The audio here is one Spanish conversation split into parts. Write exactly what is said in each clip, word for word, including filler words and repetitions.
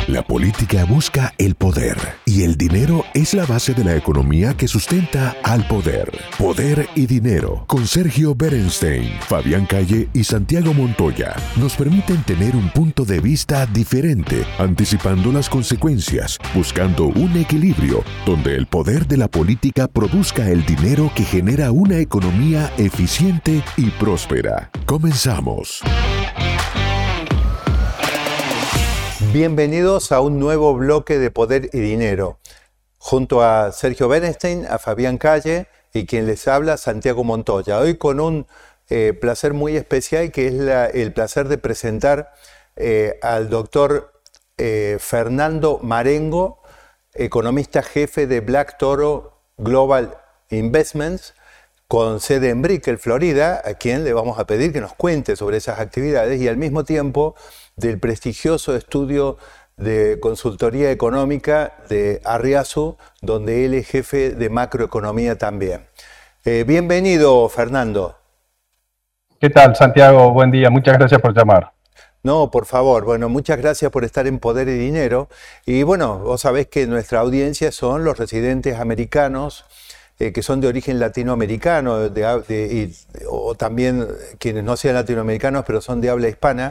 La política busca el poder y el dinero es la base de la economía que sustenta al poder. Poder y dinero, con Sergio Berenstein, Fabián Calle y Santiago Montoya, nos permiten tener un punto de vista diferente, anticipando las consecuencias, buscando un equilibrio donde el poder de la política produzca el dinero que genera una economía eficiente y próspera. Comenzamos. Bienvenidos a un nuevo bloque de Poder y Dinero, junto a Sergio Berenstein, a Fabián Calle y quien les habla, Santiago Montoya. Hoy con un eh, placer muy especial, que es la, el placer de presentar eh, al doctor eh, Fernando Marengo, economista jefe de Black Toro Global Investments, con sede en Brickell, Florida, a quien le vamos a pedir que nos cuente sobre esas actividades, y al mismo tiempo del prestigioso estudio de consultoría económica de Arriazu, donde él es jefe de macroeconomía también. Eh, bienvenido, Fernando. ¿Qué tal, Santiago? Buen día, muchas gracias por llamar. No, por favor, bueno, muchas gracias por estar en Poder y Dinero. Y bueno, vos sabés que nuestra audiencia son los residentes americanos, Eh, que son de origen latinoamericano, de, de, y, o también quienes no sean latinoamericanos, pero son de habla hispana.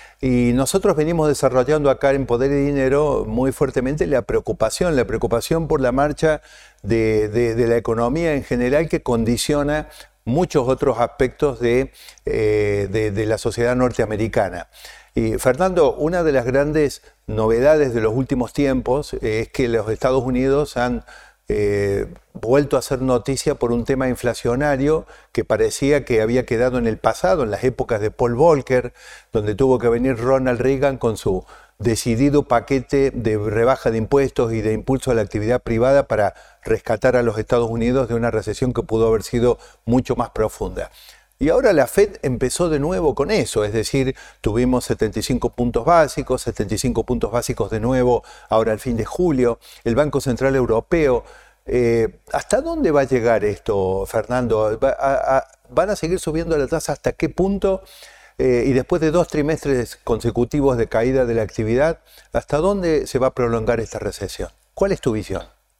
Y nosotros venimos desarrollando acá en Poder y Dinero muy fuertemente la preocupación, la preocupación por la marcha de, de, de la economía en general, que condiciona muchos otros aspectos de, eh, de, de la sociedad norteamericana. Y Fernando, una de las grandes novedades de los últimos tiempos es que los Estados Unidos han Eh, vuelto a hacer noticia por un tema inflacionario que parecía que había quedado en el pasado, en las épocas de Paul Volcker, donde tuvo que venir Ronald Reagan con su decidido paquete de rebaja de impuestos y de impulso a la actividad privada para rescatar a los Estados Unidos de una recesión que pudo haber sido mucho más profunda. Y ahora la Fed empezó de nuevo con eso, es decir, tuvimos setenta y cinco puntos básicos, setenta y cinco puntos básicos de nuevo ahora al fin de julio, el Banco Central Europeo. Eh, ¿Hasta dónde va a llegar esto, Fernando? ¿Va a, a, ¿Van a seguir subiendo la tasa hasta qué punto? Eh, y después de dos trimestres consecutivos de caída de la actividad, ¿hasta dónde se va a prolongar esta recesión? ¿Cuál es tu visión?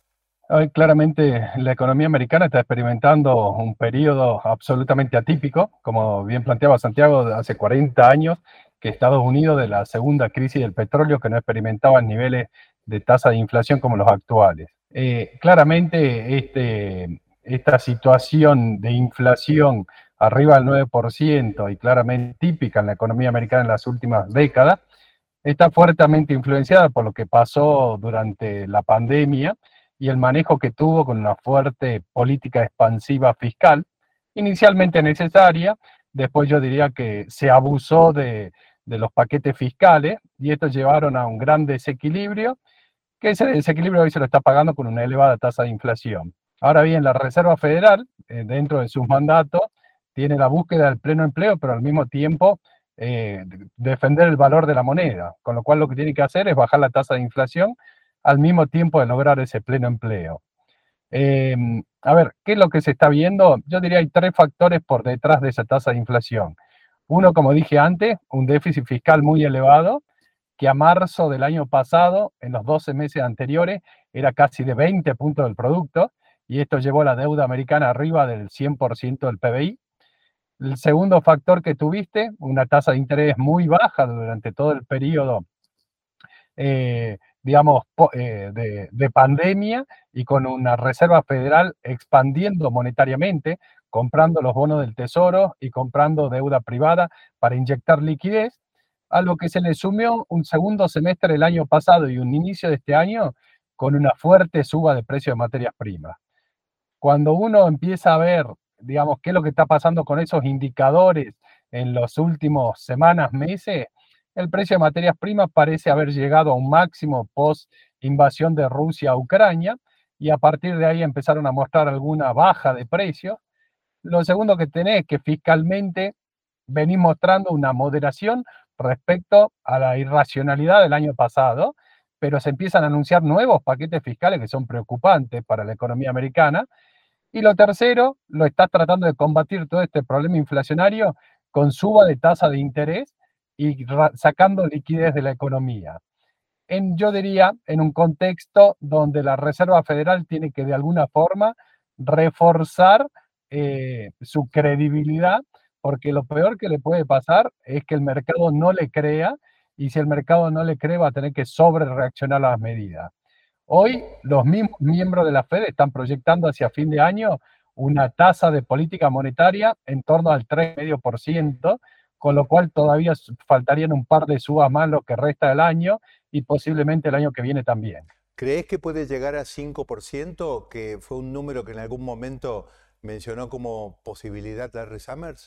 Hoy claramente la economía americana está experimentando un periodo absolutamente atípico, como bien planteaba Santiago, hace cuarenta años que Estados Unidos, de la segunda crisis del petróleo, que no experimentaban niveles de tasa de inflación como los actuales. Eh, claramente este, esta situación de inflación arriba del nueve por ciento y claramente típica en la economía americana en las últimas décadas, está fuertemente influenciada por lo que pasó durante la pandemia y el manejo que tuvo con una fuerte política expansiva fiscal, inicialmente necesaria, después yo diría que se abusó de, de los paquetes fiscales y estos llevaron a un gran desequilibrio, que ese desequilibrio hoy se lo está pagando con una elevada tasa de inflación. Ahora bien, la Reserva Federal, eh, dentro de sus mandatos, tiene la búsqueda del pleno empleo, pero al mismo tiempo eh, defender el valor de la moneda, con lo cual lo que tiene que hacer es bajar la tasa de inflación al mismo tiempo de lograr ese pleno empleo. Eh, a ver, ¿qué es lo que se está viendo? Yo diría que hay tres factores por detrás de esa tasa de inflación. Uno, como dije antes, un déficit fiscal muy elevado, que a marzo del año pasado, en los doce meses anteriores, era casi de veinte puntos del producto, y esto llevó a la deuda americana arriba del cien por ciento del P B I. El segundo factor que tuviste, una tasa de interés muy baja durante todo el periodo Eh, digamos, eh, de, de pandemia, y con una Reserva Federal expandiendo monetariamente, comprando los bonos del Tesoro y comprando deuda privada para inyectar liquidez, a lo que se le sumió un segundo semestre del año pasado y un inicio de este año con una fuerte suba de precios de materias primas. Cuando uno empieza a ver, digamos, qué es lo que está pasando con esos indicadores en las últimas semanas, meses, el precio de materias primas parece haber llegado a un máximo post invasión de Rusia a Ucrania, y a partir de ahí empezaron a mostrar alguna baja de precios. Lo segundo que tenés es que fiscalmente venís mostrando una moderación respecto a la irracionalidad del año pasado, pero se empiezan a anunciar nuevos paquetes fiscales que son preocupantes para la economía americana. Y lo tercero, lo estás tratando de combatir todo este problema inflacionario con suba de tasa de interés y sacando liquidez de la economía. en, yo diría, en un contexto donde la Reserva Federal tiene que de alguna forma reforzar eh, su credibilidad, porque lo peor que le puede pasar es que el mercado no le crea, y si el mercado no le cree va a tener que sobre reaccionar a las medidas. Hoy los mismos miembros de la Fed están proyectando hacia fin de año una tasa de política monetaria en torno al tres coma cinco por ciento, con lo cual todavía faltarían un par de subas más lo que resta del año y posiblemente el año que viene también. ¿Crees que puede llegar a cinco por ciento, que fue un número que en algún momento mencionó como posibilidad Larry Summers?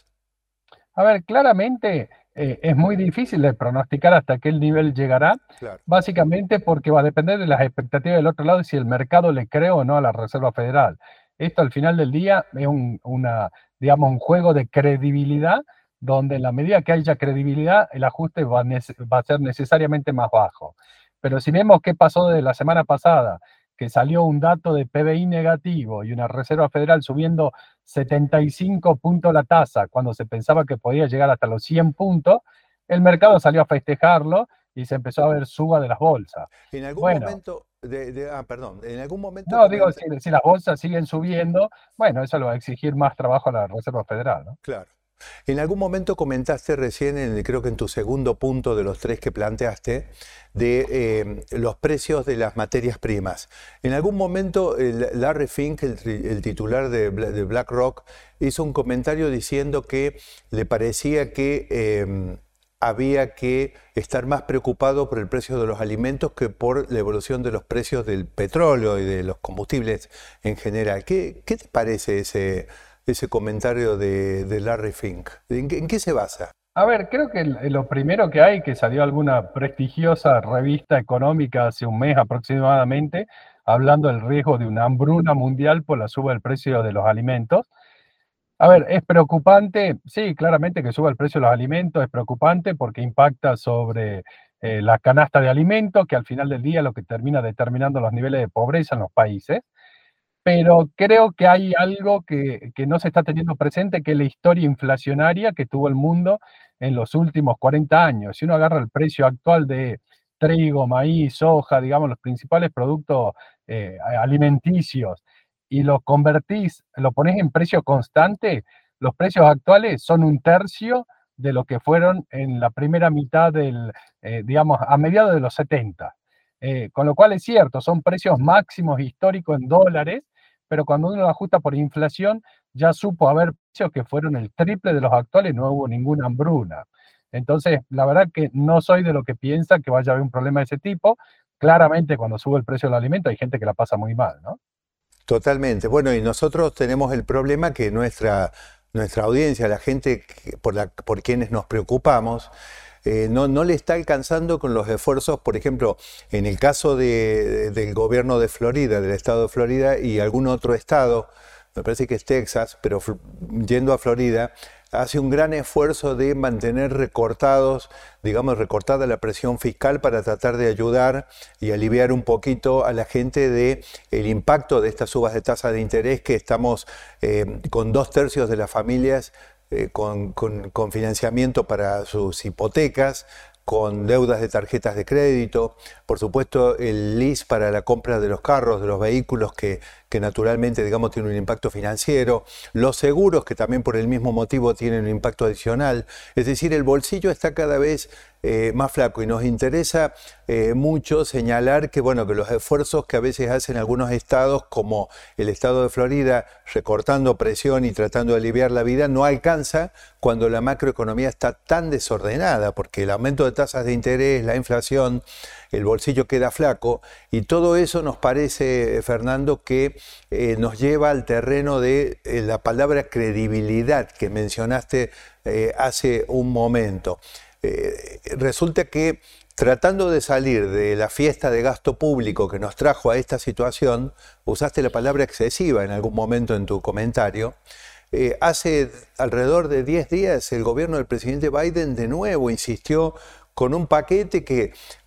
A ver, claramente eh, es muy difícil de pronosticar hasta qué nivel llegará, Claro. básicamente porque va a depender de las expectativas del otro lado y si el mercado le cree o no a la Reserva Federal. Esto al final del día es un, una, digamos, un juego de credibilidad, donde en la medida que haya credibilidad, el ajuste va a, va a ser necesariamente más bajo. Pero si vemos qué pasó de la semana pasada, que salió un dato de P B I negativo y una Reserva Federal subiendo setenta y cinco puntos la tasa, cuando se pensaba que podía llegar hasta los cien puntos, el mercado salió a festejarlo y se empezó a ver suba de las bolsas. En algún Bueno, momento, de, de, ah, perdón, en algún momento no digo, comenta, si, si las bolsas siguen subiendo, bueno, eso le va a exigir más trabajo a la Reserva Federal, ¿no? claro. En algún momento comentaste recién, en, creo que en tu segundo punto de los tres que planteaste, de eh, los precios de las materias primas. En algún momento el Larry Fink, el, el titular de, de BlackRock, hizo un comentario diciendo que le parecía que eh, había que estar más preocupado por el precio de los alimentos que por la evolución de los precios del petróleo y de los combustibles en general. ¿Qué, qué te parece ese ese comentario de, de Larry Fink? ¿En qué, ¿En qué se basa? A ver, creo que lo primero que hay, que salió alguna prestigiosa revista económica hace un mes aproximadamente, hablando del riesgo de una hambruna mundial por la suba del precio de los alimentos. A ver, ¿es preocupante? Sí, claramente que suba el precio de los alimentos es preocupante porque impacta sobre eh, la canasta de alimentos, que al final del día es lo que termina determinando los niveles de pobreza en los países. Pero creo que hay algo que, que no se está teniendo presente, que es la historia inflacionaria que tuvo el mundo en los últimos cuarenta años. Si uno agarra el precio actual de trigo, maíz, soja, digamos, los principales productos eh, alimenticios, y lo convertís, lo pones en precio constante, los precios actuales son un tercio de lo que fueron en la primera mitad del, eh, digamos, a mediados de los setenta. Eh, con lo cual es cierto, son precios máximos históricos en dólares, pero cuando uno lo ajusta por inflación, ya supo haber precios que fueron el triple de los actuales, no hubo ninguna hambruna. Entonces, la verdad que no soy de lo que piensa que vaya a haber un problema de ese tipo. Claramente, cuando sube el precio del alimento, hay gente que la pasa muy mal, ¿no? Totalmente. Bueno, y nosotros tenemos el problema que nuestra, nuestra audiencia, la gente por, la, por quienes nos preocupamos, Eh, no, no le está alcanzando con los esfuerzos, por ejemplo, en el caso de, de, del gobierno de Florida, del estado de Florida y algún otro estado, me parece que es Texas, pero yendo a Florida, hace un gran esfuerzo de mantener recortados, digamos, recortada la presión fiscal para tratar de ayudar y aliviar un poquito a la gente de el impacto de estas subas de tasa de interés, que estamos eh, con dos tercios de las familias Eh, con, con, con financiamiento para sus hipotecas, con deudas de tarjetas de crédito, por supuesto el lease para la compra de los carros, de los vehículos, que, que naturalmente, digamos, tiene un impacto financiero, los seguros, que también por el mismo motivo tienen un impacto adicional. Es decir, el bolsillo está cada vez eh, más flaco, y nos interesa eh, mucho señalar que, bueno, que los esfuerzos que a veces hacen algunos estados, como el estado de Florida, recortando presión y tratando de aliviar la vida, no alcanza cuando la macroeconomía está tan desordenada, porque el aumento de tasas de interés, la inflación, el bolsillo queda flaco, y todo eso nos parece, Fernando, que eh, nos lleva al terreno de eh, la palabra credibilidad que mencionaste eh, hace un momento. Eh, resulta que tratando de salir de la fiesta de gasto público que nos trajo a esta situación, usaste la palabra excesiva en algún momento en tu comentario. Eh, hace alrededor de diez días el gobierno del presidente Biden de nuevo insistió con un paquete que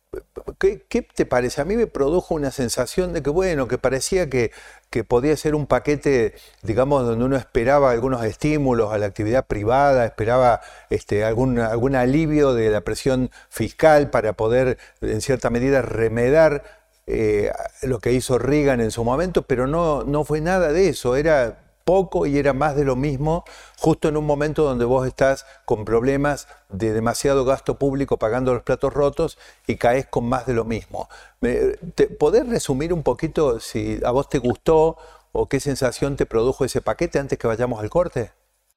¿qué, qué te parece? A mí me produjo una sensación de que, bueno, que parecía que, que podía ser un paquete, digamos, donde uno esperaba algunos estímulos a la actividad privada, esperaba este, algún, algún alivio de la presión fiscal para poder, en cierta medida, remedar eh, lo que hizo Reagan en su momento, pero no, no fue nada de eso, era poco y era más de lo mismo, justo en un momento donde vos estás con problemas de demasiado gasto público pagando los platos rotos y caes con más de lo mismo. ¿Te, ¿Podés resumir un poquito si a vos te gustó o qué sensación te produjo ese paquete antes que vayamos al corte?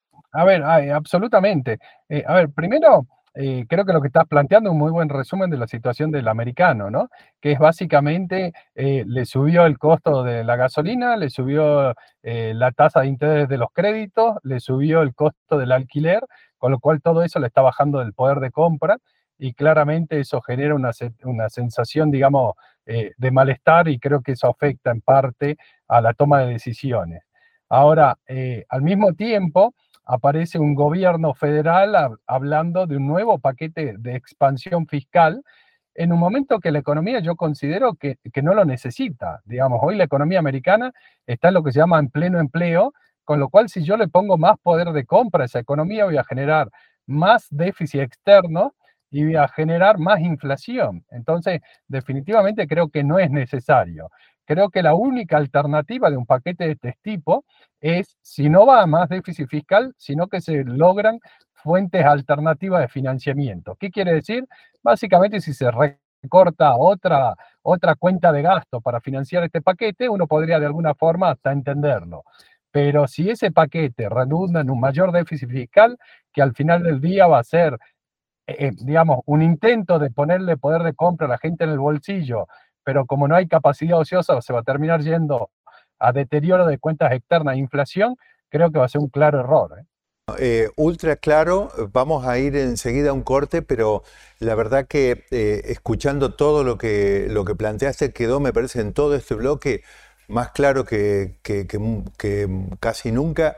A ver, ay, absolutamente. Eh, a ver, primero, eh, creo que lo que estás planteando es un muy buen resumen de la situación del americano, ¿no? Que es básicamente, eh, le subió el costo de la gasolina, le subió eh, la tasa de interés de los créditos, le subió el costo del alquiler, con lo cual todo eso le está bajando del poder de compra y claramente eso genera una, una sensación, digamos, eh, de malestar y creo que eso afecta en parte a la toma de decisiones. Ahora, eh, al mismo tiempo, aparece un gobierno federal a, hablando de un nuevo paquete de expansión fiscal en un momento que la economía yo considero que, que no lo necesita. Digamos, hoy la economía americana está en lo que se llama en pleno empleo, con lo cual si yo le pongo más poder de compra a esa economía voy a generar más déficit externo y voy a generar más inflación. Entonces, definitivamente creo que no es necesario. Creo que la única alternativa de un paquete de este tipo es, si no va a más déficit fiscal, sino que se logran fuentes alternativas de financiamiento. ¿Qué quiere decir? Básicamente, si se recorta otra, otra cuenta de gasto para financiar este paquete, uno podría de alguna forma hasta entenderlo. Pero si ese paquete redunda en un mayor déficit fiscal, que al final del día va a ser, eh, digamos, un intento de ponerle poder de compra a la gente en el bolsillo, pero como no hay capacidad ociosa, se va a terminar yendo a deterioro de cuentas externas e inflación, creo que va a ser un claro error, ¿eh? Eh, ultra claro, vamos a ir enseguida a un corte, pero la verdad que eh, escuchando todo lo que, lo que planteaste quedó, me parece, en todo este bloque más claro que, que, que, que casi nunca,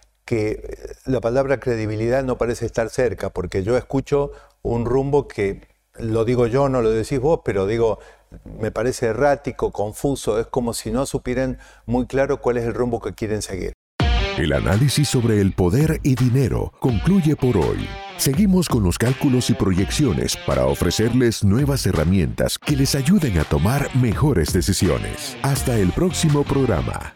que la palabra credibilidad no parece estar cerca, porque yo escucho un rumbo que, lo digo yo, no lo decís vos, pero digo, me parece errático, confuso, es como si no supieran muy claro cuál es el rumbo que quieren seguir. El análisis sobre el poder y dinero concluye por hoy. Seguimos con los cálculos y proyecciones para ofrecerles nuevas herramientas que les ayuden a tomar mejores decisiones. Hasta el próximo programa.